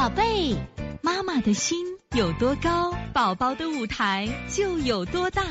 宝贝，妈妈的心有多高，宝宝的舞台就有多大。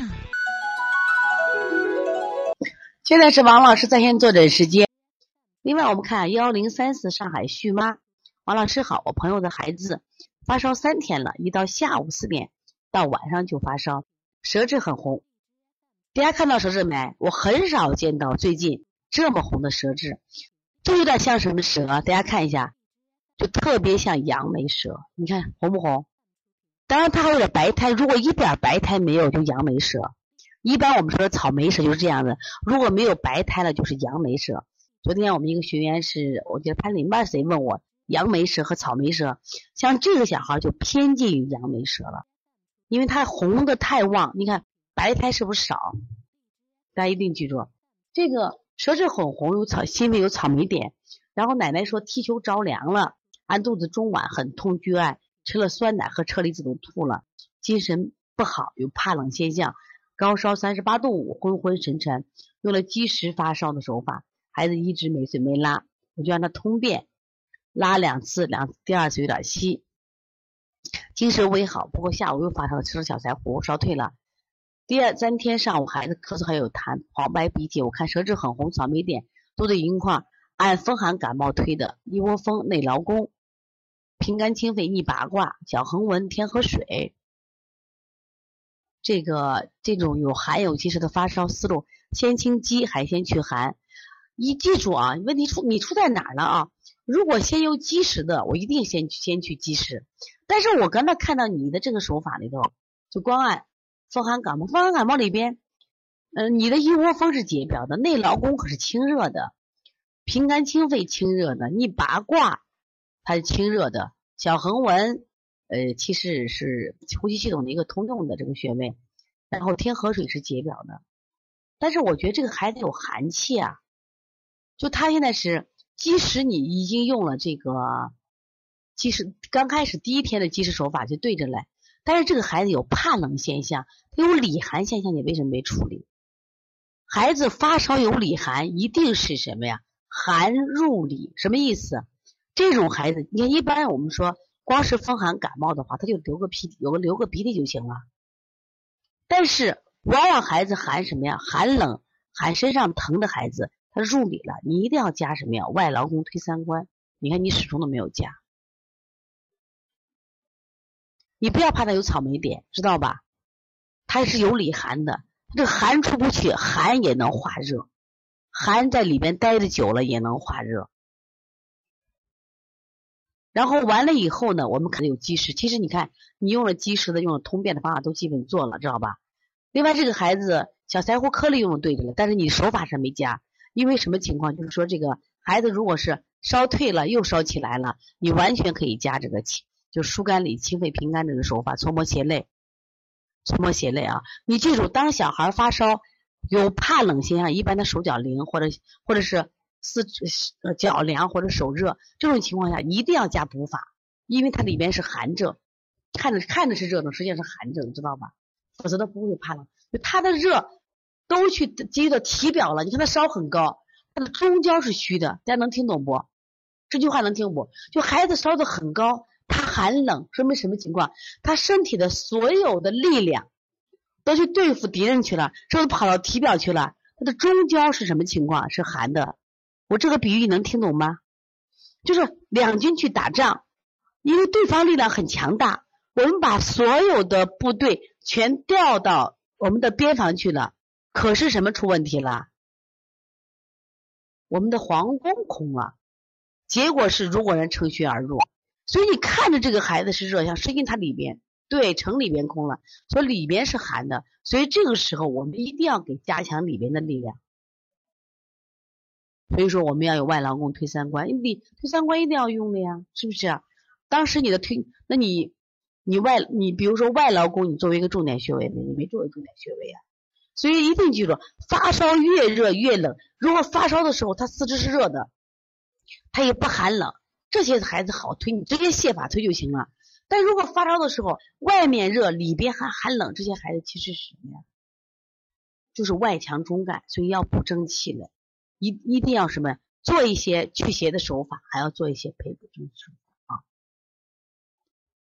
现在是王老师在线坐诊时间。另外我们看1034上海旭妈，王老师好，我朋友的孩子发烧3天了，一到下午4点到晚上就发烧，舌质很红。大家看到舌质没？我很少见到最近这么红的舌质，就有点像什么舌？大家看一下，就特别像杨梅舌，你看红不红？当然它还有点白苔，如果一点白苔没有就杨梅舌。一般我们说的草莓舌就是这样的，如果没有白苔了就是杨梅舌。昨天我们一个学员是，我记得潘林吧谁问我杨梅舌和草莓舌，像这个小孩就偏近于杨梅舌了，因为它红的太旺，你看白苔是不是少？大家一定记住，这个舌质很红，因为有草莓点。然后奶奶说踢球着凉了，按肚子中脘很痛拒爱，吃了酸奶和车厘子都吐了，精神不好，有怕冷现象，高烧38度5，昏昏沉沉，用了积食发烧的手法，孩子一直没睡没拉，我就让他通便，拉2次，第2次有点稀，精神微好，不过下午又发烧了，吃了小柴胡，烧退了。第3天上午孩子咳嗽还有痰，黄白鼻涕，我看舌质很红，草莓点，肚子硬块，按风寒感冒推的一窝蜂、内劳宫、平肝清肺逆八卦、小横纹、天河水。这种有寒有积食的发烧思路，先清积，海鲜去寒。一记住啊，问题你出在哪儿了啊？如果先有积食的，我一定先去积食。但是我刚才看到你的这个手法里头，就光按风寒感冒，风寒感冒里边，你的一窝蜂是解表的，内劳宫可是清热的，平肝清肺清热的，逆八卦它是清热的，小横纹其实是呼吸系统的一个通用的这个穴位，然后天河水是解表的。但是我觉得这个孩子有寒气啊，就他现在是即使你已经用了这个即使刚开始第1天的积食手法就对着来，但是这个孩子有怕冷现象，他有里寒现象，你为什么没处理？孩子发烧有里寒一定是什么呀？寒入里，什么意思？这种孩子你看一般我们说光是风寒感冒的话，他就流个鼻涕就行了。但是往往孩子寒什么呀？寒冷，寒身上疼的孩子，他入里了，你一定要加什么呀？外劳宫推三关。你看你始终都没有加，你不要怕他有草莓点，知道吧？他是有里寒的，这个寒出不去，寒也能化热，寒在里边待着久了也能化热。然后完了以后呢，我们可能有积食，其实你看你用了积食的，用了通便的方法都基本做了，知道吧？另外这个孩子小柴胡颗粒用的对着了，但是你手法上没加，因为什么情况？就是说这个孩子如果是烧退了又烧起来了，你完全可以加这个就疏肝理清肺平肝这个手法，搓摩胁肋啊！你记住，当小孩发烧有怕冷现象，一般的手脚凉或者是脚凉或者手热，这种情况下一定要加补法，因为它里边是寒症，看着是热症，实际上是寒症，知道吧？否则他不会怕冷，就他的热都去积到体表了，你看他烧很高，他的中焦是虚的，大家能听懂不？这句话能听不？就孩子烧得很高，他寒冷，说明什么情况？他身体的所有的力量都去对付敌人去了，这都跑到体表去了，他的中焦是什么情况？是寒的。我这个比喻你能听懂吗？就是两军去打仗，因为对方力量很强大，我们把所有的部队全调到我们的边防去了，可是什么出问题了？我们的皇宫空了，结果是如果人乘虚而入。所以你看着这个孩子是热象，实际他里边对城里边空了，所以里边是寒的，所以这个时候我们一定要给加强里边的力量。所以说我们要有外劳宫推三关，推三关一定要用的呀，是不是啊？当时你的那你比如说外劳宫，你作为一个重点穴位，你没作为重点穴位啊。所以一定记住，发烧越热越冷，如果发烧的时候他四肢是热的，他也不寒冷，这些孩子好推，你直接泻法推就行了。但如果发烧的时候外面热里边还寒冷，这些孩子其实是什么呀？就是外强中干，所以要补正气的，一定要什么做一些祛邪的手法，还要做一些培补正气手法啊。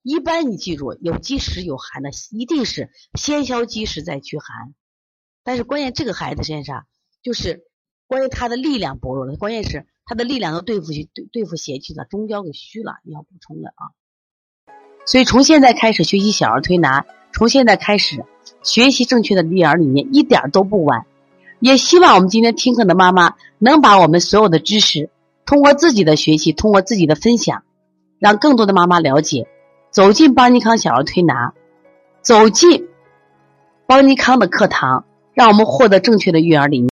一般你记住，有积食有寒的，一定是先消积食再驱寒。但是关键这个孩子身上，就是关于他的力量薄弱了，关键是他的力量都对付邪气了，中焦给虚了，你要补充的啊。所以从现在开始学习小儿推拿，从现在开始学习正确的育儿理念，一点都不晚。也希望我们今天听课的妈妈能把我们所有的知识通过自己的学习，通过自己的分享，让更多的妈妈了解，走进邦尼康小儿推拿，走进邦尼康的课堂，让我们获得正确的育儿理念。